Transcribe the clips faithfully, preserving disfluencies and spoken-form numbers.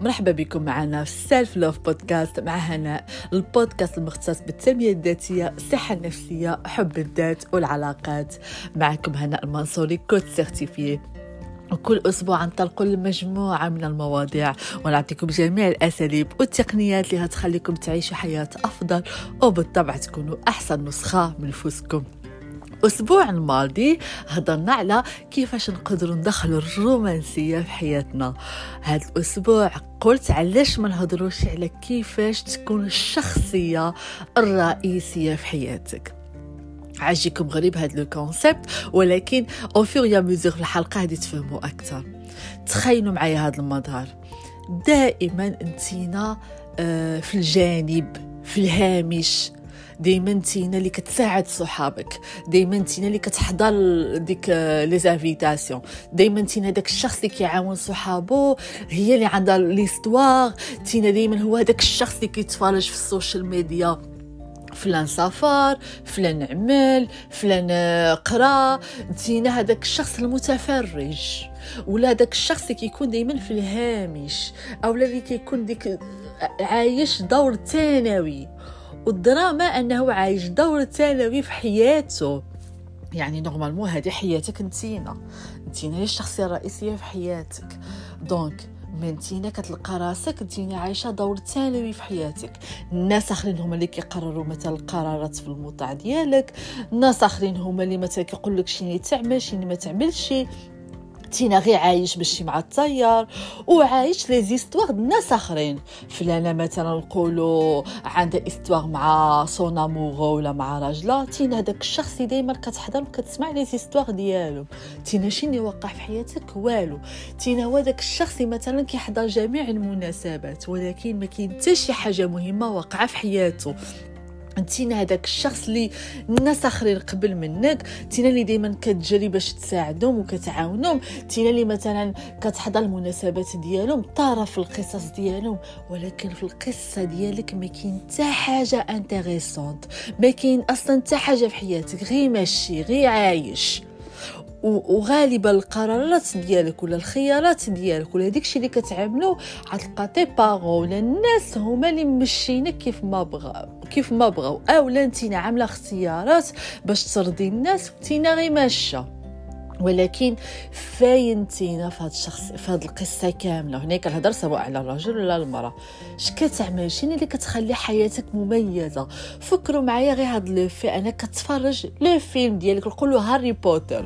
مرحبا بكم معنا في سيلف لوف بودكاست مع هناء، البودكاست المختص بالتنمية الذاتية، الصحة النفسية، حب الذات والعلاقات. معكم هناء المنصوري، كوتش سيرتيفيي. وكل أسبوع نطلقوا لمجموعة من المواضيع ونعطيكم جميع الأساليب والتقنيات اللي هتخليكم تعيشوا حياة أفضل، وبالطبع تكونوا أحسن نسخة من نفوسكم. أسبوع الماضي هضرنا على كيفاش نقدروا ندخلوا الرومانسية في حياتنا. هذا الأسبوع قلت علاش ما نهضروش على كيفاش تكون الشخصية الرئيسية في حياتك. عاجيكم غريب هذا الكونسيبت، ولكن او فور يا ميزور في الحلقة هذه تفهموا أكثر. تخيلوا معايا هذا المظهر، دائما انتينا في الجانب، في الهامش، دايما انتينا اللي كتساعد صحابك، دايما انتينا اللي كتحضر ديك لي زانفيتاسيون، دايما انتينا داك الشخص اللي كيعاون صحابو، هي اللي عندها ليستوار. انتينا دايما هو داك الشخص اللي كيتفرج في السوشيال ميديا، فلان سافر، فلان عمل، فلان قرا. انتينا هذاك الشخص المتفرج، ولا داك الشخص اللي كيكون دايما في الهامش، او اللي كيكون ديك عايش دور ثانوي. والدراما أنه عايش دور ثانوي في حياته. يعني نورمالمون هذه حياتك انتينا انتينا هي الشخصية الرئيسية في حياتك. دونك من تينا كتلقى راسك انتينا عايشة دور ثانوي في حياتك. الناس آخرين هما اللي كيقرروا مثلا القرارات في الموضوع ديالك، الناس آخرين هما اللي مثلا كيقول لك شنو تعمل شنو ما تعملش. تينا غير عايش بشي مع التيار، وعايش لي زيستوار الناس اخرين. فلانه مثلا نقولوا عندها استوار مع سون امورو ولا مع راجله، تينا هذاك الشخص دائما كتحضر وكتسمع لي زيستوار ديالو. تينا شنو وقع في حياتك؟ والو. تينا هو داك الشخص مثلا كيحضر جميع المناسبات، ولكن ما كاين حتى شي حاجه مهمه واقعه في حياته. انتينا هذاك الشخص اللي الناس اخرين قبل منك، تينا اللي دائما كتجري باش تساعدهم وكتعاونهم، تينا اللي مثلا كتحضر المناسبات ديالهم، طرف في القصص ديالهم، ولكن في القصه ديالك ما كاين حتى حاجه انتريسونت، ما كاين اصلا حتى حاجه في حياتك، غير ماشي غير عايش. وغالبا القرارات ديالك ولا الخيارات ديالك ولا داكشي اللي كتعملو غتلقى تي بارون ولا الناس هما اللي مشينك كيف ما بغا كيف ما بغاو، اولا انتينا عامله اختيارات باش ترضي الناس وانتينا غير ماشيه. ولكن فاين تينا في هاد الشخص في هاد القصه كامله. هنا كنهضر سواء على الرجل ولا المراه، اش كتعمل، شنو اللي كتخلي حياتك مميزه. فكروا معايا غير هاد لو في، انا كتفرج لو فيلم ديالك نقولوا هاري بوتر.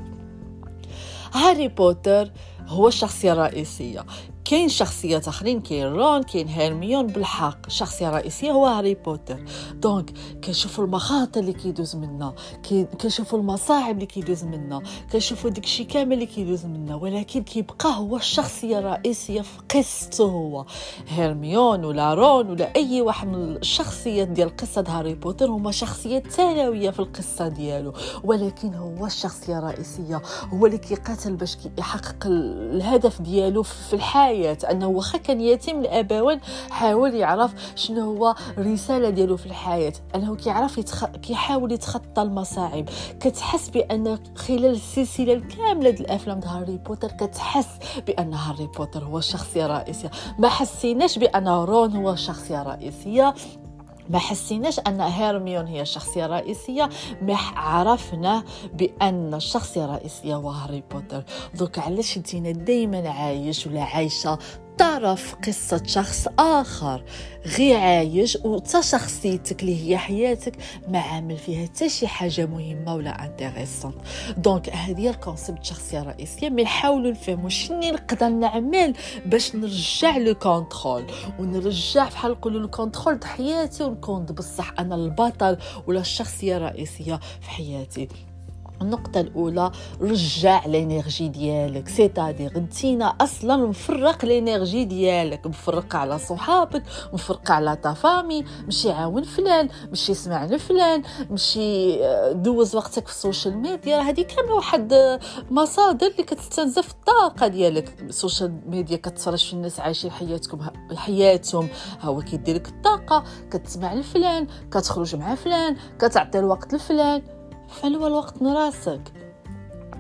هاري بوتر هو الشخصية الرئيسية. كاين شخصيات اخرين، كاين رون، كاين هيرميون، بالحق الشخصيه الرئيسيه هو هاري بوتر. دونك كنشوفوا المخاطر اللي كيدوز منا، كنشوفوا المصاعب اللي كيدوز منا، كنشوفوا داكشي كامل اللي كيدوز منا، ولكن كيبقى هو الشخصيه الرئيسيه في قصته. هو هيرميون ولا رون ولا اي واحد من الشخصيات ديال قصه هاري بوتر هما شخصيات ثانويه في القصه ديالو، ولكن هو الشخصيه الرئيسيه، هو اللي كيقاتل باش يحقق الهدف ديالو في الحياه. انه واخا كان يتيم الابوين حاول يعرف شنو هو الرساله ديالو في الحياه، انه كيعرف يتخ... كيحاول يتخطى المصاعب. كتحس بان خلال السلسله الكامله ديال الافلام ديال هاري بوتر كتحس بان هاري بوتر هو الشخصيه الرئيسيه. ما حسيناش بان رون هو الشخصيه الرئيسيه، ما حسيناش أن هيرميون هي الشخصية الرئيسية، ما عرفنا بأن الشخصية الرئيسية هو هاري بوتر. دوك علاش انتينا دايما عايش ولا عايشة طرف قصة شخص آخر، غير عايش وتا شخصيتك اللي هي حياتك ما عامل فيها حتى شي حاجة مهمة ولا انتريسون. دونك هذه الكونسيبت الشخصية الرئيسية. من نحاولوا نفهموا شنو نقدر نعمل باش نرجع لو كونترول، ونرجع بحال نقولوا لو كونترول د حياتي، ونكون بصح انا البطل ولا الشخصية الرئيسية في حياتي. النقطة الأولى، رجع الانرجي ديالك. سيتادير انتينا أصلا مفرق الانرجي ديالك، مفرق على صحابك، مفرق على تفامي، مشي عاون فلان، مشي اسمع لفلان، مشي دوز وقتك في السوشيال ميديا. هذه كامله واحد مصادر اللي كتستنزف الطاقة ديالك. السوشيال ميديا كتفرج في الناس عايشين حياتكم حياتهم، هو كيديرك الطاقة. كتسمع لفلان، كتخرج مع فلان، كتعطي الوقت لفلان. فلو الوقت نراسك.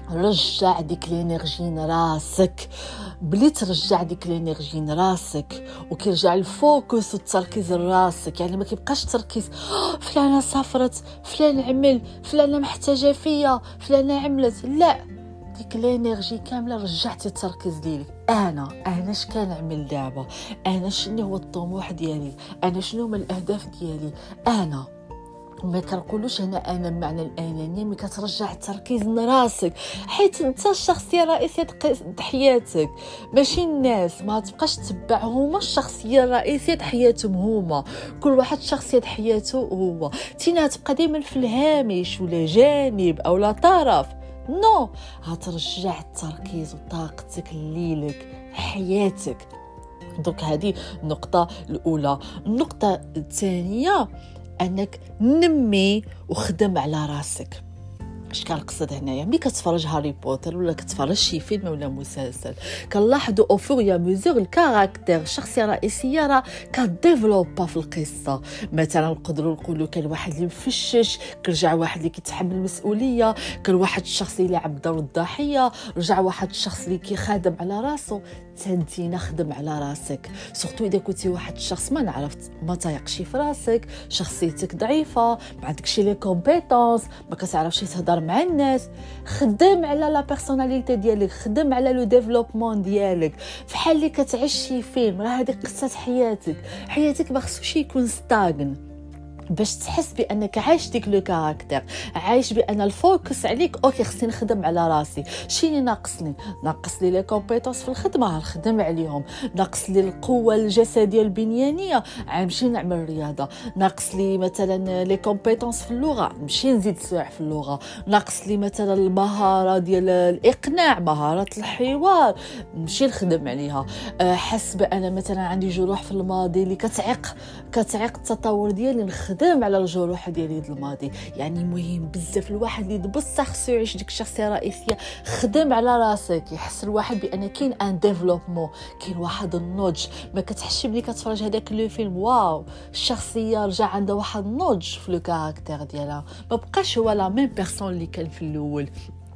رجع ديك لينيرجي راسك. بلي ترجع ديك لينيرجي راسك وكيرجع الفوكس والتركيز لراسك، يعني ما كيبقاش تركيز فلانه سافرت، فلان عمل، فلانه محتاجه فيا، فلانه عملت، لا، ديك لينيرجي كامله رجعتي التركيز ليك. انا انا اش كنعمل دابا، انا شنو هو الطموح ديالي، انا شنو هما الاهداف ديالي، انا وما كنقولوش هنا انا بمعنى الانانيه، ملي كترجع التركيز لراسك، حيت انت الشخصيه الرئيسيه د حياتك، ماشي الناس. ما تبقاش تتبع هما الشخصيه الرئيسيه د حياتهم، هما كل واحد شخصيه د حياته هو. تينا تبقى دائما في الهامش ولا جانب او لا طرف، نو، هترجع التركيز وطاقتك ليلك حياتك. دونك هذه النقطه الاولى. النقطه الثانيه انك نمي وخدم على راسك. اش كنقصد هنايا؟ ملي كتفرج هاري بوتر ولا كتفرج شي فيلم ولا مسلسل، كنلاحظوا او فور يا ميزور الكاركتير، الشخصيه الرئيسيه راه كديفلوبا في القصه. مثلا نقدروا نقولوا كان واحد اللي مفشش، كرجع واحد اللي كيتحمل المسؤوليه، كان واحد الشخص اللي لعب دور الضحيه، رجع واحد الشخص اللي كيخادم على راسه. تنتينا خدم على راسك، سورتو اذا كنتي واحد الشخص ما نعرفت ما تايقش في راسك، شخصيتك ضعيفه، ما عندكش لي كومبيتونس، ما كتعرفش تهضر مع الناس، خدم على لا بيرسوناليتي ديالك، خدم على لو ديفلوبمون ديالك. فحال اللي كتعيش شي فيلم، راه هذه قصه حياتك. حياتك ما خصوش يكون ستاغن، باش تحس بانك عايش ديك لو كاركتير، عايش بان الفوكس عليك. اوكي، خصني نخدم على راسي، شيني ناقصني؟ ناقص لي لي كومبيتونس في الخدمه، نخدم عليهم. ناقص لي القوه الجسديه البنيانيه، نمشي نعمل رياضه. ناقص لي مثلا لي كومبيتونس في اللغه، نمشي نزيد سوايع في اللغه. ناقص لي مثلا المهاره ديال الاقناع، مهاره الحوار، نمشي نخدم عليها. حس بان مثلا عندي جروح في الماضي اللي كتعيق كتعيق التطور ديالي، نخدم على الجروح ديالي د الماضي. يعني مهم بزاف الواحد اللي دبس خصو يعيش ديك الشخصيه الرئيسيه. خدم على راسك، يحس الواحد بان كاين ان ديفلوبمون، كاين واحد النضج. ما كتحسش ملي كتفرج هذاك لو فيلم واو الشخصيه رجع عندها واحد النضج في لو كاركتير ديالها، ما بقاش هو لا ميم بيرسون اللي كان في الاول.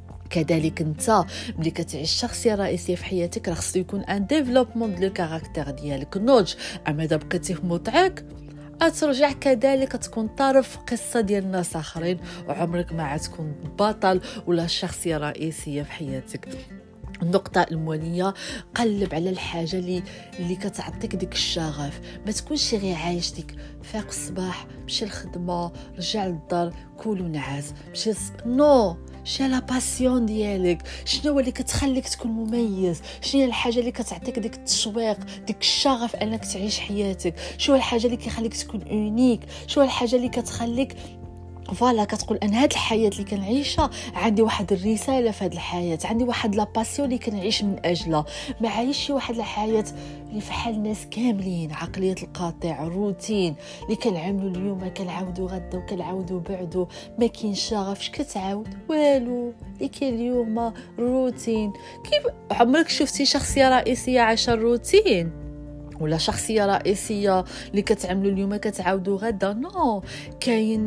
كذلك انت ملي كتعيش شخصيه رئيسيه في حياتك، راه خصو يكون ان ديفلوبمون دو كاركتير ديالك، نضج. اما اذا بقيتي في مطعك ترجع كذلك تكون طرف في قصه ديال ناس اخرين، وعمرك ما عتكون بطل ولا شخصيه رئيسيه في حياتك. النقطة المولية، قلب على الحاجة اللي اللي كتعطيك ديك الشغف. ما تكونش غير عايش ديك فاق الصباح، مشي الخدمة، رجع للدار، كول ونعاس، مشي نو شنو لا باسيون ديالك؟ شنو اللي كتخليك تكون مميز؟ شنو الحاجه اللي كتعطيك ديك التشويق، ديك الشغف انك تعيش حياتك؟ شنو الحاجه اللي كيخليك تكون اونيك؟ شنو الحاجه اللي كتخليك فوالا كتقول ان هاد الحياه اللي كنعيشها عندي واحد الرساله في هاد الحياه، عندي واحد لا باسيون اللي كنعيش من اجلها. ما عايش شي واحد الحياه اللي فحال الناس كاملين، عقليه القاطع، روتين اللي كنعملوا اليوم كنعاودوا غدا وكنعاودوا بعدو، ما كاين شغف. كتعاود والو اللي كاين اليوم روتين. كيف عمرك شفتي شخصيه رئيسيه عايشه الروتين؟ ولا شخصيه رئيسيه اللي كتعملوا اليوم كتعاودوا غدا؟ نو، كاين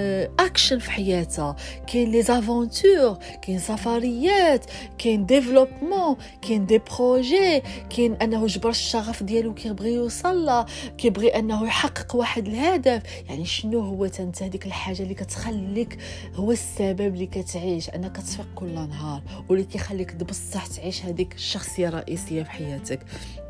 اكشن في حياتها، كاين لي زافونتور، كاين سفريات، كاين ديفلوبمون، كاين دي بروجي، كاين انه جبر الشغف ديالو كيبغي يوصل له، كيبغي انه يحقق واحد الهدف. يعني شنو هو انت هذيك الحاجه اللي كتخليك هو السبب اللي كتعيش انك تفيق كل نهار، واللي كيخليك بصح تعيش هذيك الشخصيه الرئيسيه في حياتك.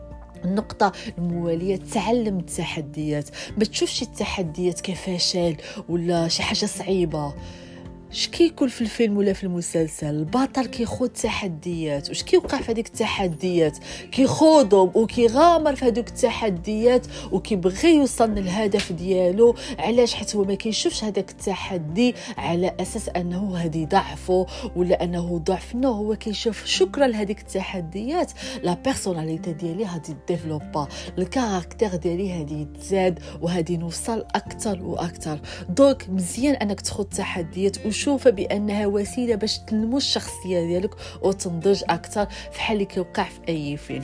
النقطة الموالية، تعلم التحديات. ما تشوفش التحديات كفشل ولا شي حاجة صعيبة. اش كيكون في الفيلم ولا في المسلسل؟ البطل كيخوض تحديات، واش كيوقع في هذيك التحديات؟ كيخوضهم وكيغامر في هذوك التحديات وكيبغي يوصل للهدف ديالو. علاش؟ حيت هو ما كيشوفش هذاك التحدي على اساس انه هذه ضعفه ولا انه ضعف، نو، هو كيشوف شكرا لهذيك التحديات لا بيرسوناليتي ديالي هذه ديفلوبا، الكاركتير ديالي هذه تزاد وهذه نوصل اكثر واكثر. دونك مزيان انك تخوض تحديات وشوفها بانها وسيله باش تنمو الشخصيه ديالك وتنضج اكثر في حال اللي كيوقع في اي فيلم.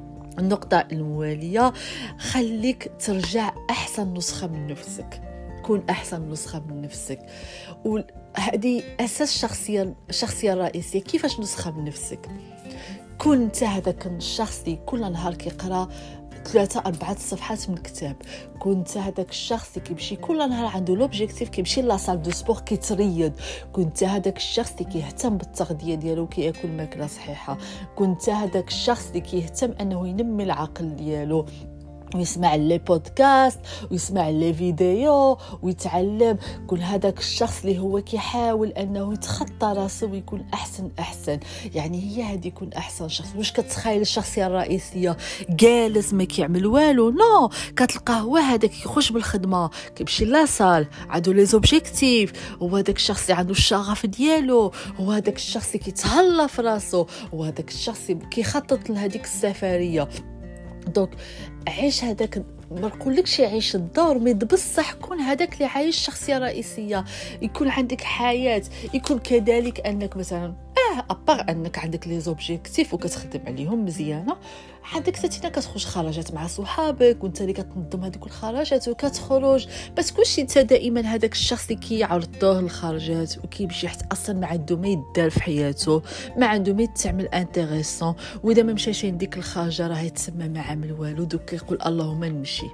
النقطه المواليه، خليك ترجع احسن نسخه من نفسك، كون احسن نسخه من نفسك. هذه اساس الشخصيه الشخصيه الرئيسيه. كيفاش نسخه من نفسك؟ كون انت هذاك الشخص اللي كل نهار كيقرا ثلاثة أربعة صفحات من الكتاب. كنت هذاك الشخص اللي كيمشي كل نهار عنده لوبجيكتيف كيمشي لاصال دو سبور كيتريض. كنت هذاك الشخص اللي كيهتم بالتغذيه ديالو كياكل ماكله صحيحه. كنت هذاك الشخص اللي كيهتم انه ينمي العقل ديالو ويسمع لي بودكاست ويسمع لي فيديو ويتعلم. كل هذاك الشخص اللي هو كيحاول انه يتخطى راسه ويكون احسن احسن. يعني هي هذه يكون احسن شخص. واش كتخيل الشخصيه الرئيسيه جالس ما كيعمل والو؟ نو، كتلقاه هو هذاك كيخش بالخدمه كيمشي لاصال عنده لي زوبجيكتيف. هو هذاك الشخص اللي عنده الشغف ديالو. هو هذاك الشخص اللي كيتهلا في راسه. هو هذاك الشخص اللي كيخطط لهذيك السفريه. دونك عيش هذاك، ما نقولكش عيش الدور، مي بصح كون هذاك اللي عايش شخصيه رئيسيه. يكون عندك حياه، يكون كذلك انك مثلا اه ابار انك عندك لي زوبجيكتيف وكتخدم عليهم مزيانه، عندك حتى كتخرج خرجات مع صحابك وانت اللي كتنظم هذوك الخرجات وكتخرج. بس كلشي انت دائما هذاك الشخص اللي كيعرضوه الخرجات وكيمشي حتى اصلا ما عنده ما يدار في حياته، ما عنده ما تعمل انتريسون. واذا ما مشاش عندك الخرجه راه يتسمى ما عمل والو. دوك كيقول اللهم نمشي.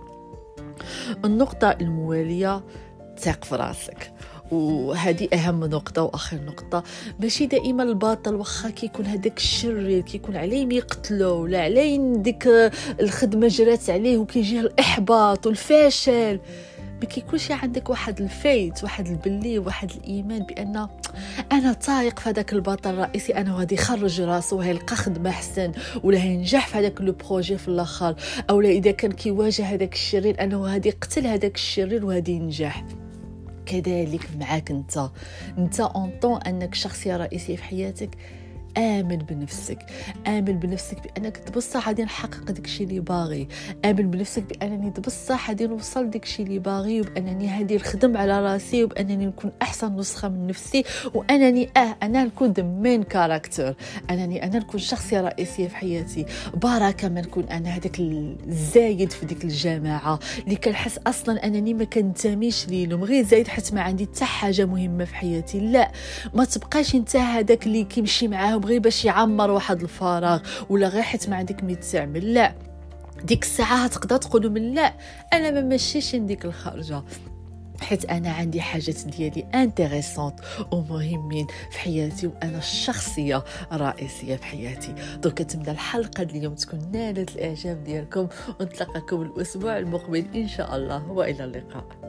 النقطه المواليه، ثق في راسك. وهذه اهم نقطه. واخر نقطه، ماشي دائما الباطل واخا كيكون هذاك الشرير كيكون عليه يقتلو ولا عليه ديك الخدمه جرات عليه وكيجيه الاحباط والفشل، ما كيكونش عندك واحد الفيت، واحد البلي، واحد الايمان بان انا طايق في هذاك البطل الرئيسي، انا غادي يخرج راسه وهيلقى خدمه احسن ولا هينجح في هذاك لو بروجي في الاخر. او لا اذا كان كيواجه هذاك الشرير انه غادي يقتل هذاك الشرير وغادي ينجح. كذلك معك انت انت اونطون انك شخصيه رئيسيه في حياتك. آمن بنفسك، آمن بنفسك بأنك تبصح غادي نحقق داكشي اللي باغي. آمن بنفسك بأنني تبصح غادي نوصل داكشي اللي باغي، وبأنني هادي نخدم على راسي، وبأنني نكون أحسن نسخة من نفسي، وأنني آه أنا نكون the main character، أنني أنا نكون شخصية رئيسية في حياتي. بركة ما نكون أنا هذاك الزايد في ديك الجماعة اللي كنحس أصلا أنني ما كنتميش ليهم، غير زايد حتى ما عندي حتى حاجة مهمة في حياتي. لا، ما تبقاش انت هذاك اللي كيمشي معاهم غير باش يعمر واحد الفراغ ولا غير حيت ما عندك مي تعمل. لا، ديك الساعه تقدر تقول من لا انا ما ماشيش نديك الخرجه حيت انا عندي حاجات ديالي انتريسونت ومهمين في حياتي، وانا الشخصيه الرئيسيه في حياتي. دونك كنتمنى الحلقه اليوم تكون نالت الاعجاب ديالكم، ونتلاقاكم الاسبوع المقبل ان شاء الله، والى اللقاء.